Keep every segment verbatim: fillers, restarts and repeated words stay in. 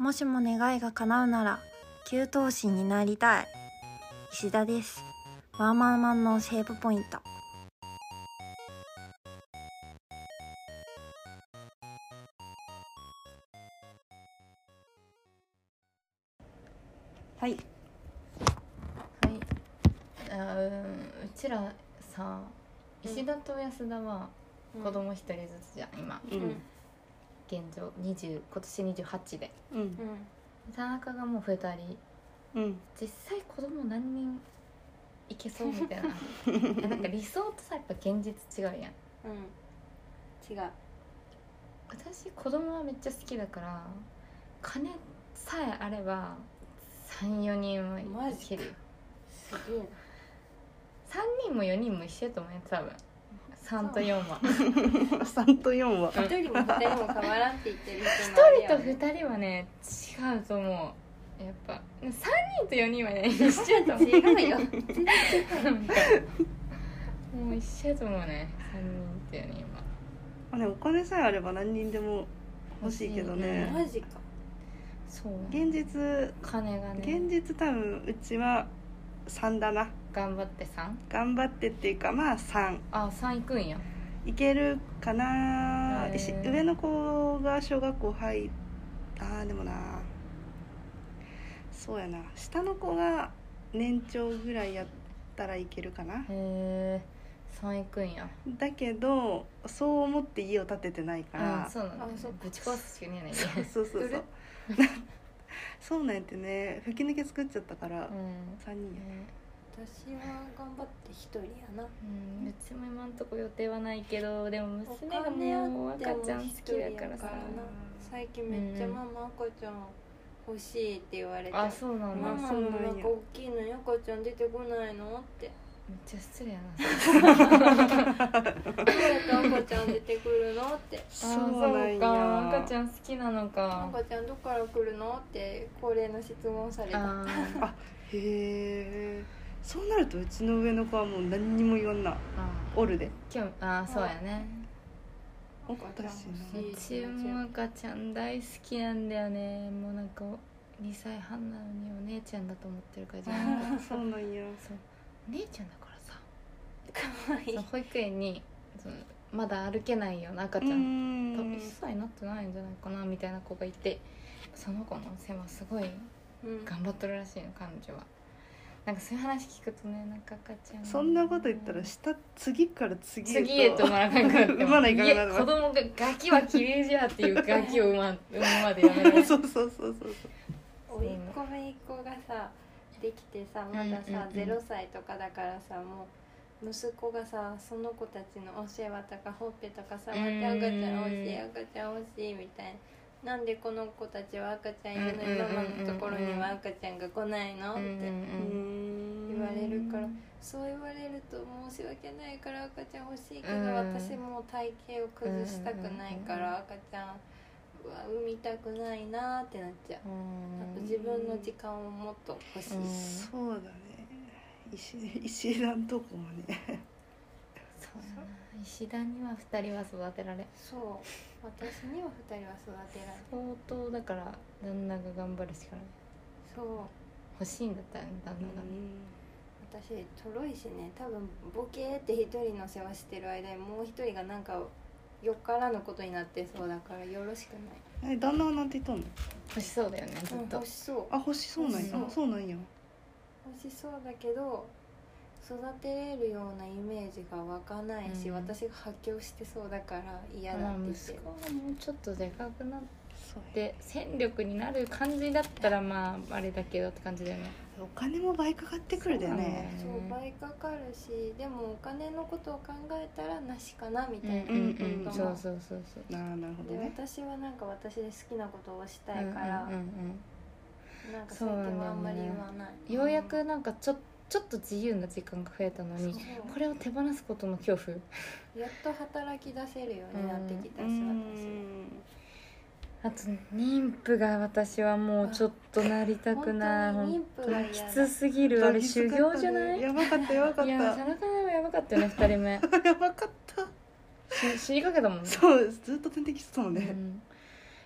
もしも願いが叶うなら給湯師になりたい。石田です。ワーマンマンのセーブポイント。 はい。 はいあうんうちらさ、石田と安田は子供一人ずつじゃん今、 うん。 現状にじゅう今年にじゅうはちで、 うん。 田中がもうふたり、 うん。 実際子供何人いけそうみたいなえなんか理想とさやっぱ現実違うやん。 うん違う。 私子供はめっちゃ好きだから金さえあればさん、よにんはいけるよ。 すげえな。 さんにんもよにんも一緒やと思うよ多分。さんとよんは三と四は。 一人も二人も変わらんって言ってる一人もある人とよね。 二人はね違うと思う。やっぱさんにんとよにんはね一緒やと思う。 違うよ。全然違う。 なんかもう一緒やと思うねさんにんとよにんは。 あね、お金さえあれば何人でも欲しいけどね。 マジか。 そう現実金がね現実多分うちは三だな。 頑張ってさん頑張ってっていうかまあ三あさん行くんや。 いけるかな。 へーし上の子が小学校入っあーでもなそうやな下の子が年長ぐらいやったらいけるかな。 へえさん行くんや。 だけどそう思って家を建ててないからあそうなんだ、ねあそう、 ぶち壊すしかねえないそうそうそうそうそうなんやってね吹き抜け作っちゃったから、 うんさんにんやね私は頑張って一人やな。 うんうちも今んとこ予定はないけどでも娘がお金あもうっても赤ちゃん好きだからさ。 一人やからな。最近めっちゃママ赤ちゃん欲しいって言われて、 あそうなんだ。 ママそうなんやのなんか大きいのに赤ちゃん出てこないのってめっちゃ失礼やな。 どうやって赤ちゃん出てくるのってそうなんや。 あ赤ちゃん好きなのか。 赤ちゃんどっから来るのって恒例の質問された。 あーあへえそうなるとうちの上の子はもう何にも言わんな。 あおるで今日あそうやね。 おったしな。 うちも赤ちゃん大好きなんだよね。もうなんかにさいはんなのにお姉ちゃんだと思ってるからじゃなくてそうなんや。 そうお姉ちゃんだからさかわいいその保育園にそのまだ歩けないような赤ちゃん、 うん多分いっさいになってないんじゃないかなみたいな子がいて、その子の世話すごいうん頑張っとるらしいの彼女は。なんかそういう話聞くとねなんか赤ちゃんそんなこと言ったら下次から次へと次へと産まなあかんくなって産まないかんくなるいや子供がガキは綺麗じゃっていうガキを産ま産むまでやめるそうそうそうそうそうおいっ子めいっ子がさできてさまださ、 うんうんうんゼロさいとかだからさもう息子がさその子たちのお世話とかほっぺとかさまた赤ちゃん欲しい赤ちゃん欲しいみたいな、なんでこの子たちは赤ちゃんいるのにママのところには赤ちゃんが来ないのってうんうん言言われるからそう言われると申し訳ないから赤ちゃん欲しいけど、 うん私も体型を崩したくないから赤ちゃんは産みたくないなってなっちゃう。あと自分の時間をもっと欲しい、 うんそうだね石石田んとこもねそうやな石田にはふたりは育てられそう私にはふたりは育てられる。 相当だから旦那が頑張るしかない。 そう欲しいんだったらね旦那がね、 私とろいしね多分ボケーって一人の世話してる間にもう一人がなんかよっからぬことになってそうだからよろしくない。 え旦那はなんて言ったの。 欲しそうだよねずっうん、 と、 欲しそうあ欲しそうなんや。 そうあそうなんや。 欲しそうだけど育てれるようなイメージが湧かないし、 うん私が発狂してそうだから嫌だまあって言って息子がもうちょっとでかくなっそうやて戦力になる感じだったらまああれだけどって感じだよね。 お金も倍かかってくるでね。 そう倍かかるしでもお金のことを考えたらなしかなみたいな、 うんうんうんうんそうそうそうそうあーなるほどでね。 私はなんか私で好きなことをしたいから、 うんうんうんなんか最近はあんまり言わない、 うん、ようやくなんかちょちょっと自由な時間が増えたのにそうこれを手放すことの恐怖。 やっと働き出せるようになってきたし、 うんあと妊婦が私はもうちょっとなりたくない。 本当に妊婦が本当嫌だきつすぎる。あれ修行じゃない？ やばかったやばかっいや田た中もやばかったよねふたりめやばかった。 し死にかけたもんね。 そうずっと点滴してたもんね。 うん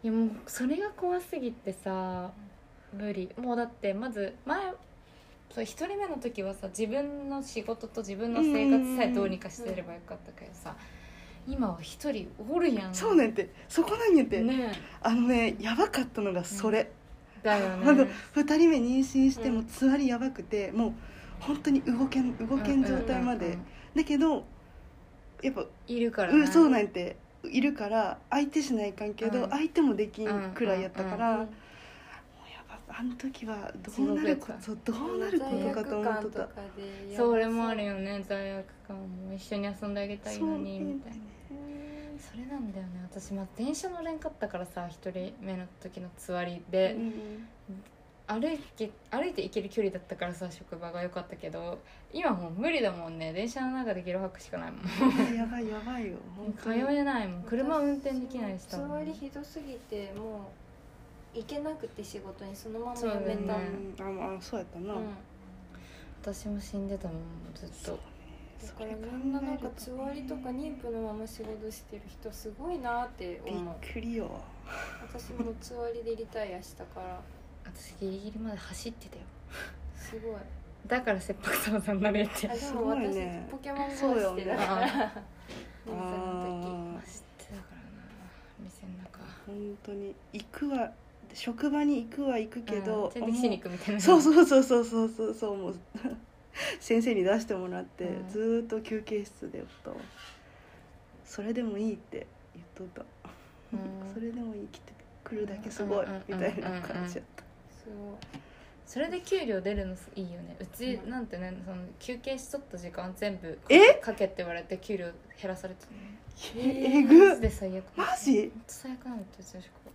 いやもうそれが怖すぎてさ無理。もうだってまず前そう一人目の時はさ自分の仕事と自分の生活さえどうにかしてればよかったけどさ、今は一人おるやん。 そうねんて、そこなんやて、 ねあのねやばかったのがそれ、 だよあのね。 ふたりめ妊娠してうんもつわりやばくて、もう本当に動けん動けん状態まで、 うんうんうんだけどやっぱ、 いるからね。 うん、そうなんやているから相手しないかんけど、 うん相手もできんくらいやったから、 うんもうやばあの時はどうなることそうどうなることかと思っとった。 それもあるよね、罪悪感も。一緒に遊んであげたいのにみたいな。それなんだよね。私まあ電車乗れんかったからさ、一人目の時のつわりで、 うん歩いて歩いて行ける距離だったからさ、職場が良かったけど、今もう無理だもんね。電車の中でゲロ吐くしかないもん。 やばいやばいよ本通当に。 えないもん。車運転できないしつさ。 わりひどすぎてもう行けなくて仕事にそのままそうだよね辞めた、 うんああそうやったな、 うん私も死んでたもんずっと。 だからみんななんかつわりとか妊婦のまま仕事してる人すごいなってびっ思う。 くりよ。 私もつわりでリタイアしたから私ギリギリまで走ってたよ。 すごい。 だから切迫さまさんになれって。 あですも私、 ごいねポケモン GO そうよねしてたからあ妊婦のあー走ってたからな、店の中。 本当に行くは職場に行くは行くけど、 うん、点滴しに行くみたいな。 そうそうそうそうそうそうそうもう先生に出してもらって、 うんずーっと休憩室でおったわ。それでもいいって言っとった、 うんそれでも生きてくるだけすごい、 うんうんみたいな感じやった。 すごい。 それで給料出るのいいよね。うちうんなんてね、その休憩しとった時間全部えかけって言われて給料減らされてたの。 ええマぐジで最悪。 マジほんと最悪なんだってうちの職場。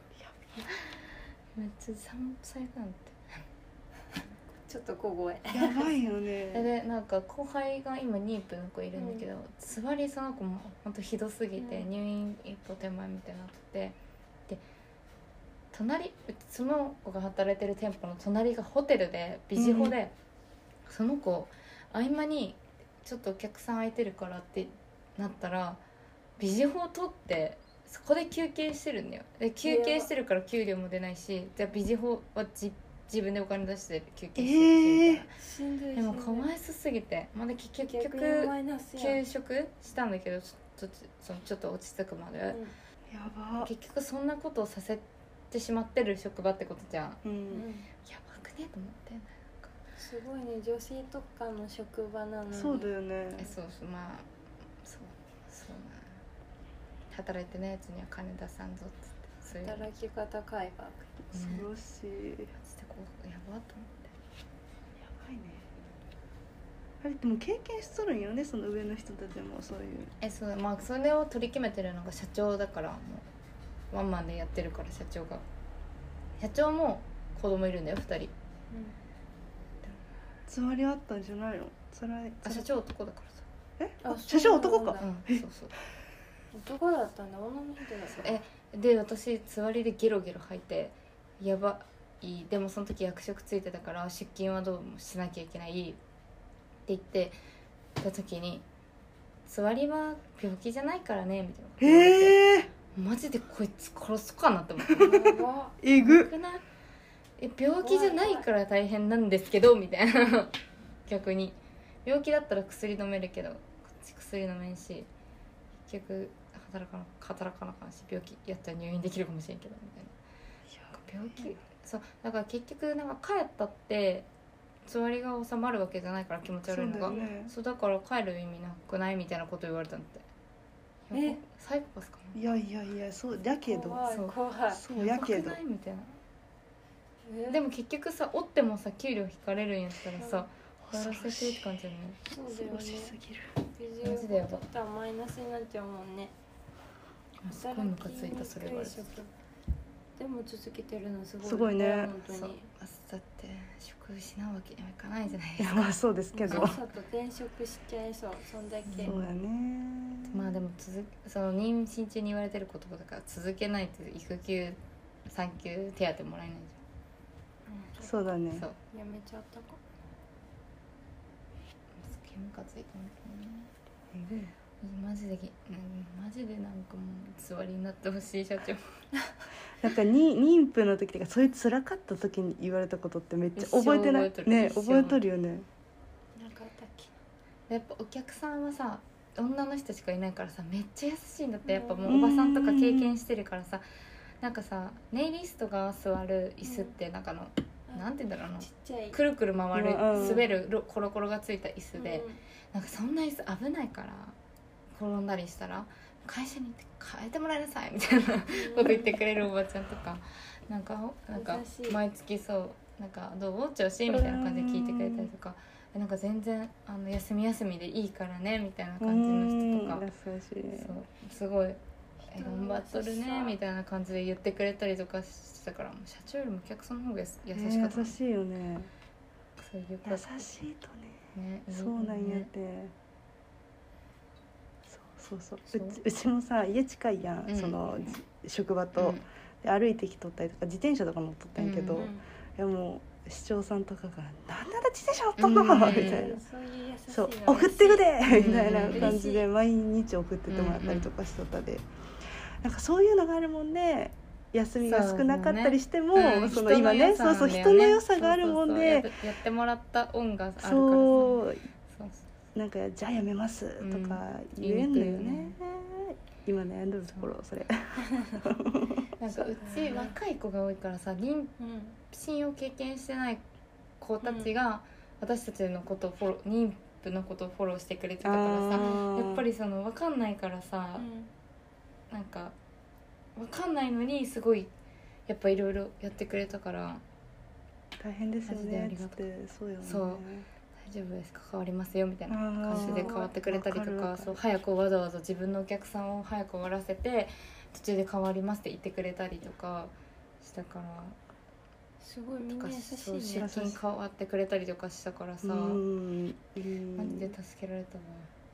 めっちゃ最悪なんだって。 ちょっと小声。 やばいよえね。 でなんか後輩が今妊婦の子いるんだけど、つわりその子もほんとひどすぎて、 うん入院一歩手前みたいになってて、で隣その子が働いてる店舗の隣がホテルでビジホで、 うんその子合間にちょっとお客さん空いてるからってなったらビジホを取ってそこで休憩してるんだよ。で休憩してるから給料も出ないし、じゃあビジホはじ自分でお金出して休憩してるしみたいな、 しんどいしんどい。 でもかわいそすぎて、まあ、で結局逆にマイナスやん。 休職したんだけど、ちょっとそのちょっと落ち着くまで、 やば。 結局そんなことをさせてしまってる職場ってことじゃん。 ううんうんん。 やばくねと思って。なんかすごいね、女性特化の職場なのに。 そうだよね。 えそうそう、まあそうそうな、働いてないやつには金出さんぞっつって、そういう働き方改革。 恐ろしい。やマジでこうやばっと思って。 ばいね。あれでも経験しとるんよね、その上の人たちもそういう。 えそうまあそれを取り決めてるのが社長だから、もうワンマンでやってるから社長が社長も子供いるんだよふたり。 つわりあったんじゃないの？つらい。 あ社長男だからさ。 え？ ああ社長男か。 うんそうそう。 男だったんだ、女の人だった。 えで私つわりでゲロゲロ吐いてやばい、でもその時役職ついてたから出勤はどうもしなきゃいけないって言ってた時に、つわりは病気じゃないからねみたいなこと言われて、 へえ。 マジでこいつ殺すかなって思ってやば。 えぐ。 よくない？え病気じゃないから大変なんですけどみたいな逆に病気だったら薬飲めるけどこっち薬飲めんし、結局働かな働かなあかんし、病気やったら入院できるかもしれんけどみたいな。病気そうだから結局なんか帰ったってつわりが収まるわけじゃないから気持ち悪いのが、 そうだよね。 そうだから帰る意味なくないみたいなこと言われたんだって。 えやばサイコパスかいやいやいや、そうだけど。 怖いそう怖い。 そうなやけどやばくな。いみたいな。 えでも結局さ折ってもさ給料引かれるんやったらさ終わらせてって感じだよね。 そうだよね恐ろし。すぎる。 ビジマジでやば取ったらマイナスになっちゃうもんね。 すごいムカついたそれ言われて。 でも続けてるのすごい。 すごいね本当に。 そうだって職失うわけにはいかないじゃないいですか。 やまあそうですけど。 さっさと転職しちゃいそう。そんだけ。 そうやね。 まあでも続その妊娠中に言われてる言葉だから続けないと育休産休手当もらえないじそうだねゃん。。そうやめちゃったか。 すげえムカついたんだけどね。 えぐいマジで、うん、マジでなんかもう座りになってほしい社長。 なんかに妊婦の時とかそういう辛かった時に言われたことってめっちゃ覚えてない一生覚えとるね。 一生覚えとるよね。 なんかあったっけ。 やっぱお客さんはさ女の人しかいないからさめっちゃ優しいんだって。やっぱもうおばさんとか経験してるからさ、なんかさネイリストが座る椅子ってなんかの、 うん、 なんて言うんだろうな、 ちっちゃいくるくる回る、 うん滑るロコロコロがついた椅子で、 うんなんかそんな椅子危ないから転んだりしたら会社に行って変えてもらいなさいみたいなこと言ってくれるおばちゃんとか、なんかなんか優しい毎月そうなんかどう調子みたいな感じで聞いてくれたりとか、なんか全然あの休み休みでいいからねみたいな感じの人とか、 優しいね。 そうすごいえ頑張っとるねみたいな感じで言ってくれたりとかしてたから、もう社長よりもお客さんの方が優優しかった、 ね、優しいよね。 そういう優しいとね。 ね、 そうなんやっねて。そうそうそそううちうちもさ家近いやん、 うんそのじ職場と、で歩いてきとったりとか自転車とか乗っとったんやけど、 うんいやもう市長さんとかが「なんなら自転車乗っとんの?」 うんみたいなそういう優しいそうの送ってくでうんみたいな感じ嬉しで毎日送ってってもらったりとかしとったで、なんかそういうのがあるもんね。休みが少なかったりしても、 うんその今ね、 人の良さなんだよねそうそう人の良さがあるもんそうそうそうで、 やっやってもらった恩があるからさ、 そうそうそなんかじゃあやめますとか言えんのよね。今悩んでるところそれ。 うなんかうち若い子が多いからさ、妊うん娠を経験してない子たちが私たちのことをフォロー、妊婦のことをフォローしてくれてたからさ、やっぱりその分かんないからさ、なんか分かんないのにすごいやっぱいろいろやってくれたから、 大変ですよマジでありがとうねつってそうよね。 そう大丈夫ですか変わりますよみたいなあー感じで変わってくれたりとか、 わかるわかるそう早くわざわざ自分のお客さんを早く終わらせて途中で変わりますって言ってくれたりとかしたから、 すごいみんとかな優しそういね。 出勤変わってくれたりとかしたからさ、 うんマジで助けられたわ。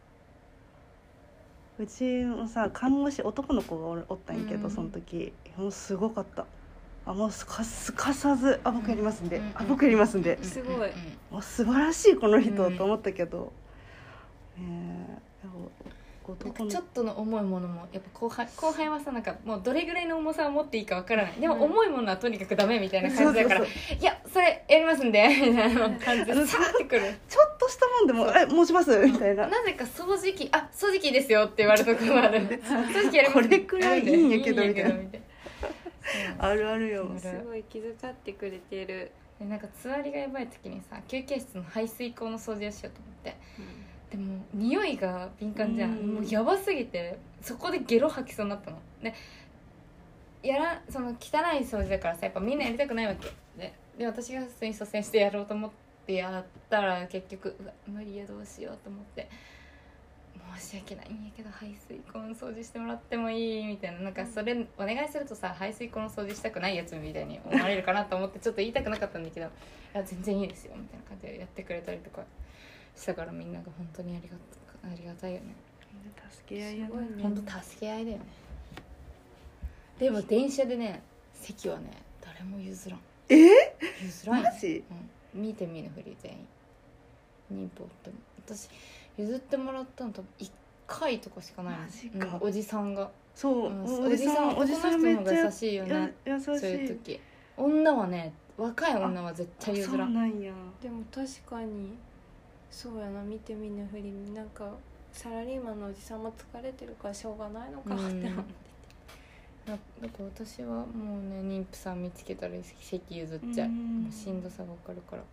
うちもさ看護師男の子がおるおったんやけど、 うんその時もうすごかった。あもうすかすかさず「あ僕やりますんで、 うんあ僕やりますんで」 うんすごいもう素晴らしいこの人、 うんと思ったけど、ねえおなん男のかちょっとの重いものもやっぱ後輩後輩はさなんかもうどれぐらいの重さを持っていいかわからない、でもうん重いものはとにかくダメみたいな感じだからそうそういやそれやりますんでみたいな感じでさってくる。 ちょっとしたもんでも「え持ちます」みたいな。 なぜか掃除機あ掃除機ですよって言われたことがある掃除機やりますこれくらいいいんやけどいいんやけどみみたいなあるあるよ。 そうすごい気遣ってくれてる。 でなんかつわりがやばい時にさ休憩室の排水口の掃除をしようと思って、でも匂いが敏感じゃん、 うんもうやばすぎてそこでゲロ吐きそうになったので、やらその汚い掃除だからさやっぱみんなやりたくないわけで、で私が普通に率先してやろうと思ってやったら結局うわ無理やどうしようと思って、申し訳ないんやけど排水口の掃除してもらってもいいみたいな、なんかそれお願いするとさ排水口の掃除したくないやつみたいに思われるかなと思ってちょっと言いたくなかったんだけどいや全然いいですよみたいな感じでやってくれたりとかしたから、みんなが本当にありがありがたいよね。 助け合いやな。 すごいね。 本当助け合いだよね。でも電車でね席はね誰も譲らん。 え譲らんよマジ？ うん、見て見ぬふり全員妊婦おっても私譲ってもらったの多分いっかいとかしかないの。 マジかうんおじさんが、 そう、 うんおじさんおじさんめっちゃ男の人の方が優しいよね。 や優しい。 そういう時女はね若い女は絶対譲そうらん。 なんや。 でも確かにそうやな、見て見ぬふりになんかサラリーマンのおじさんも疲れてるからしょうがないのかって思って、 なだから私はもうね妊婦さん見つけたら席譲っちゃう、 うんもうしんどさが分かるから。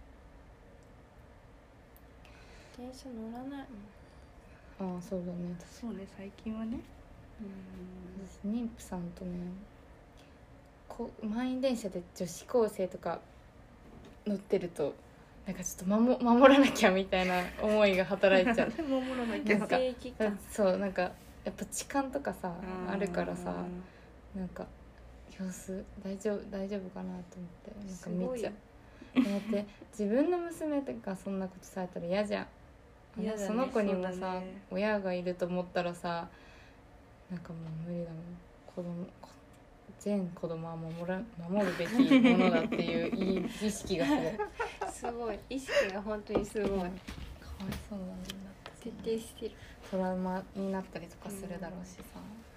電車乗らないもん。 ああそうだね。 そうね最近はね。 私妊婦さんとねこ満員電車で女子高生とか乗ってるとなんかちょっと守守らなきゃみたいな思いが働いちゃう守らなきゃなんか正義感。 そうなんかやっぱ痴漢とかさあるからさなんか様子大丈夫大丈夫かなと思ってなんか見ちゃう。だって自分の娘とかそんなことされたら嫌じゃん。 嫌だねその子にもさ、 そうだね親がいると思ったらさなんかもう無理だもん。子供こ全子供は守ら守るべきものだっていういい意識がすごいかわいすごい意識が本当にすごいそうなんだ徹底してる。 トラウマになったりとかするだろうしさ、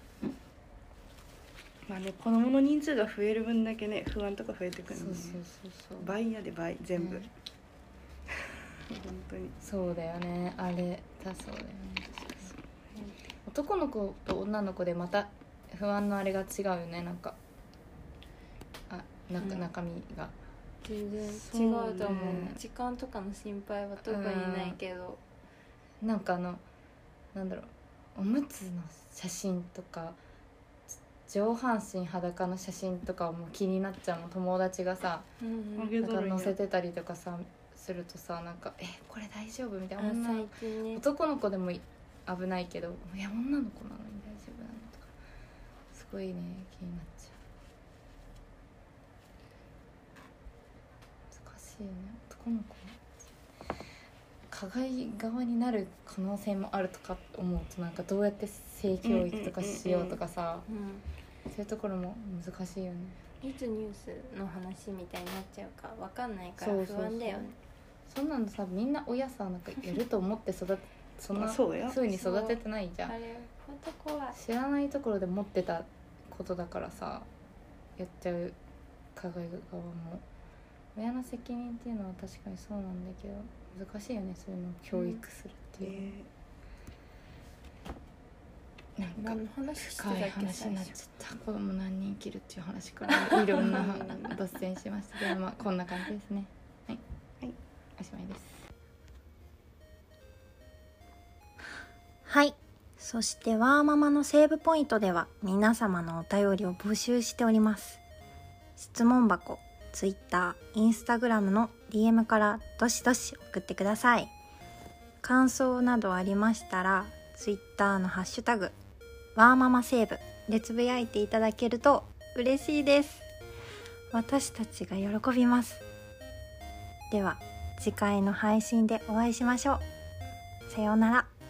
まあね、子供の人数が増える分だけね不安とか増えてくるそうのね。 そうそうそう倍やで倍全部、 ね本当にそうだよね、あれだそうだよね。男の子と女の子でまた不安のあれが違うよね、なんかあなんかうん中身が、 全然違うとそう思う、 ね時間とかの心配は特にないけど、 なんかあのなんだろう、おむつの写真とか上半身裸の写真とかも気になっちゃうの。友達がさうんあげなんかとるんや載せてたりとかさするとさ、なんかえこれ大丈夫みたいな、 あ女の最近ね男の子でもい危ないけど、いや女の子なのに大丈夫なのとかすごいね気になっちゃう。難しいよね、男の子加害側になる可能性もあるとか思うと、なんかどうやって性教育とかしようとかさ、 うんそういうところも難しいよね。 いつニュースの話みたいになっちゃうかわかんないから不そうそうそう安だよね。 そんなのさ、みんな親さなんかやると思って育てそんなまあそうよ風に育ててないじゃん。 あれほんと怖い。 知らないところで持ってたことだからさ、やっちゃう加害側も親の責任っていうのは確かにそうなんだけど、難しいよね、そういうのを教育するっていう、 ねなんか何の話してたっ深いけ話になっ最初ちゃった。子供何人生きるっていう話からいろんな脱線しましたけど、まあこんな感じですね。はい、 はい、 おしまいです。 はい。そしてワーママのセーブポイントでは皆様のお便りを募集しております。質問箱、Twitter、Instagram の ディーエム からどしどし送ってください。感想などありましたら Twitter のハッシュタグワーママセーブでつぶやいていただけると嬉しいです。私たちが喜びます。では次回の配信でお会いしましょう。さようなら。